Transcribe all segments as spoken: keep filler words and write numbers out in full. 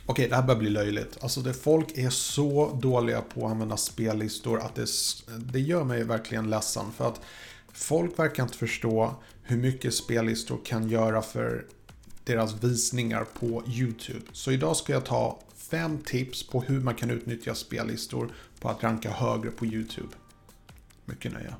Okej, det här börjar bli löjligt. Alltså det, folk är så dåliga på att använda spellistor att det, det gör mig verkligen ledsen. För att folk verkar inte förstå hur mycket spellistor kan göra för deras visningar på YouTube. Så idag ska jag ta fem tips på hur man kan utnyttja spellistor på att ranka högre på YouTube. Mycket nöje.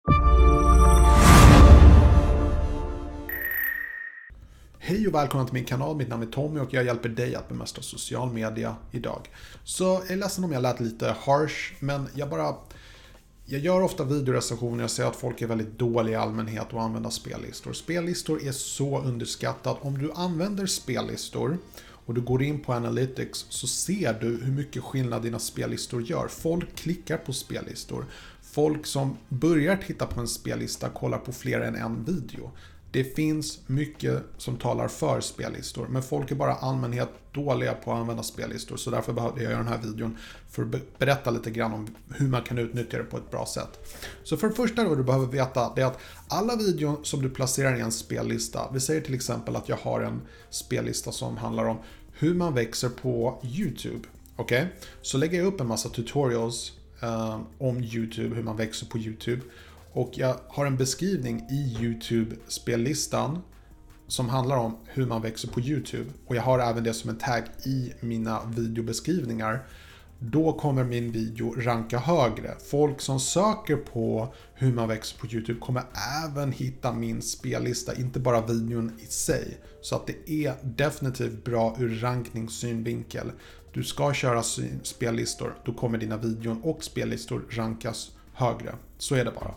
Hej och välkomna till min kanal, mitt namn är Tommy och jag hjälper dig att bemästra social media idag. Så jag är ledsen om jag lät lite harsh, men jag bara... Jag gör ofta videorecensioner, jag ser att folk är väldigt dåliga i allmänhet att använda spellistor. Spellistor är så underskattat. Om du använder spellistor och du går in på Analytics så ser du hur mycket skillnad dina spellistor gör. Folk klickar på spellistor. Folk som börjar titta på en spellista kollar på fler än en video. Det finns mycket som talar för spellistor, men folk är bara allmänhet dåliga på att använda spellistor. Så därför behöver jag göra den här videon för att berätta lite grann om hur man kan utnyttja det på ett bra sätt. Så för det första vad du behöver veta det är att alla videor som du placerar i en spellista, vi säger till exempel att jag har en spellista som handlar om hur man växer på YouTube. Okej? Okay? Så lägger jag upp en massa tutorials eh, om YouTube, hur man växer på YouTube. Och jag har en beskrivning i YouTube-spellistan som handlar om hur man växer på YouTube. Och jag har även det som en tagg i mina videobeskrivningar. Då kommer min video ranka högre. Folk som söker på hur man växer på YouTube kommer även hitta min spellista, inte bara videon i sig. Så att det är definitivt bra ur rankningssynvinkel. Du ska köra spellistor, då kommer dina videon och spellistor rankas högre. Så är det bara.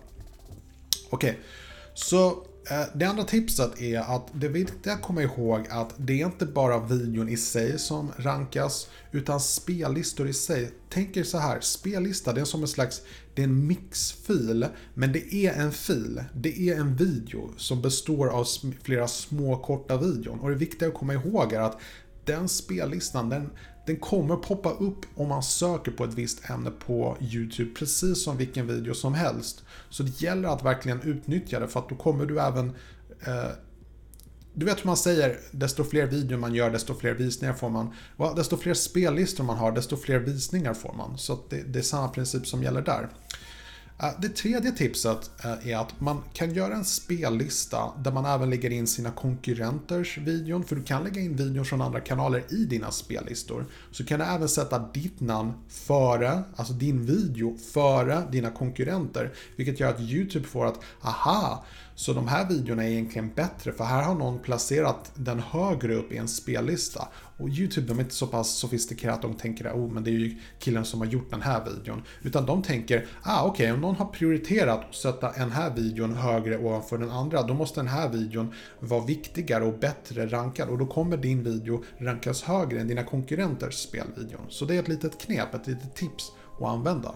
Okej, okay. Så eh, det andra tipset är att det är viktigt att komma ihåg att det är inte bara videon i sig som rankas utan spellistor i sig. Tänk er så här, spellista det är som en slags, det är en mixfil, men det är en fil, det är en video som består av flera små korta videon. Och det viktiga att komma ihåg är att den spellistan, den, den kommer poppa upp om man söker på ett visst ämne på YouTube, precis som vilken video som helst. Så det gäller att verkligen utnyttja det, för att då kommer du även... Eh, du vet hur man säger, desto fler videor man gör, desto fler visningar får man. Ja, desto fler spellistor man har, desto fler visningar får man. Så att det, det är samma princip som gäller där. Det tredje tipset är att man kan göra en spellista där man även lägger in sina konkurrenters videon. För du kan lägga in videor från andra kanaler i dina spellistor. Så kan du även sätta ditt namn före, alltså din video före dina konkurrenter. Vilket gör att YouTube får att, aha, så de här videorna är egentligen bättre. För här har någon placerat den högre upp i en spellista. Och YouTube, de är inte så pass sofistikerat att de tänker, oh men det är ju killen som har gjort den här videon. Utan de tänker, ah okej, okay, om någon har prioriterat att sätta en här videon högre ovanför den andra, då måste den här videon vara viktigare och bättre rankad. Och då kommer din video rankas högre än dina konkurrenters spelvideon. Så det är ett litet knep, ett litet tips att använda.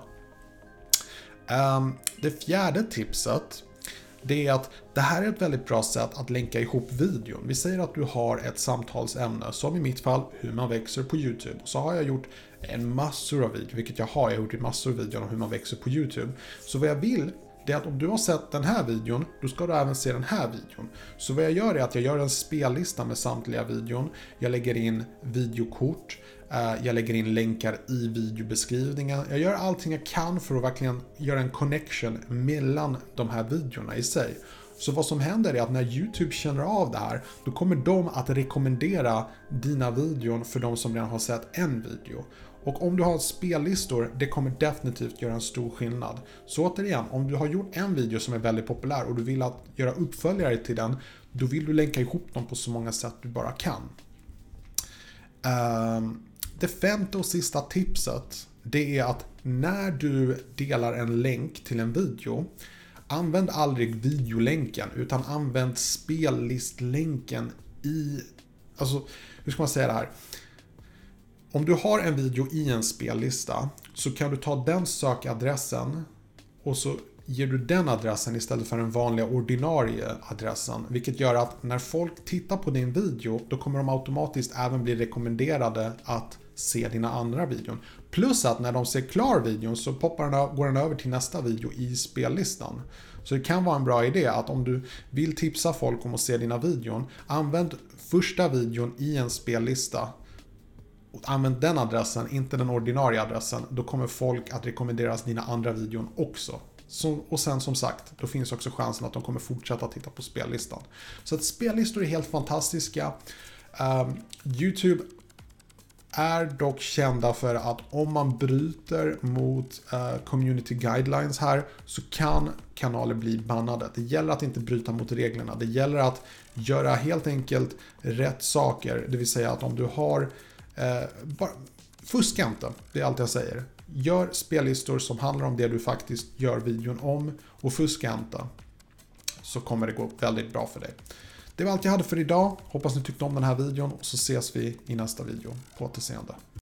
Um, det fjärde tipset, det är att det här är ett väldigt bra sätt att länka ihop videon. Vi säger att du har ett samtalsämne, som i mitt fall hur man växer på YouTube. Så har jag gjort en massor av videor, vilket jag har. Jag har gjort en massor av videor om hur man växer på YouTube. Så vad jag vill, det är att om du har sett den här videon, då ska du även se den här videon. Så vad jag gör är att jag gör en spellista med samtliga videon. Jag lägger in videokort. Jag lägger in länkar i videobeskrivningen. Jag gör allting jag kan för att verkligen göra en connection mellan de här videorna i sig. Så vad som händer är att när YouTube känner av det här, då kommer de att rekommendera dina videon för de som redan har sett en video. Och om du har spellistor, det kommer definitivt göra en stor skillnad. Så återigen, om du har gjort en video som är väldigt populär och du vill att göra uppföljare till den, då vill du länka ihop dem på så många sätt du bara kan. Um, Det femte och sista tipset, det är att när du delar en länk till en video, använd aldrig videolänken utan använd spellistlänken i, alltså hur ska man säga det här? Om du har en video i en spellista så kan du ta den sökadressen och så ger du den adressen istället för den vanliga ordinarie adressen. Vilket gör att när folk tittar på din video, då kommer de automatiskt även bli rekommenderade att se dina andra videon. Plus att när de ser klar videon så poppar den, går den över till nästa video i spellistan. Så det kan vara en bra idé att om du vill tipsa folk om att se dina videon, använd första videon i en spellista använd den adressen, inte den ordinarie adressen, då kommer folk att rekommenderas dina andra videon också. Så, och sen som sagt, då finns också chansen att de kommer fortsätta titta på spellistan. Så att spellistor är helt fantastiska. Um, YouTube är dock kända för att om man bryter mot uh, community guidelines här så kan kanaler bli bannade. Det gäller att inte bryta mot reglerna. Det gäller att göra helt enkelt rätt saker. Det vill säga att om du har uh, bara, fuska inte, det är allt jag säger. Gör spellistor som handlar om det du faktiskt gör videon om och fuska inte. Så kommer det gå väldigt bra för dig. Det var allt jag hade för idag. Hoppas ni tyckte om den här videon och så ses vi i nästa video. På återseende.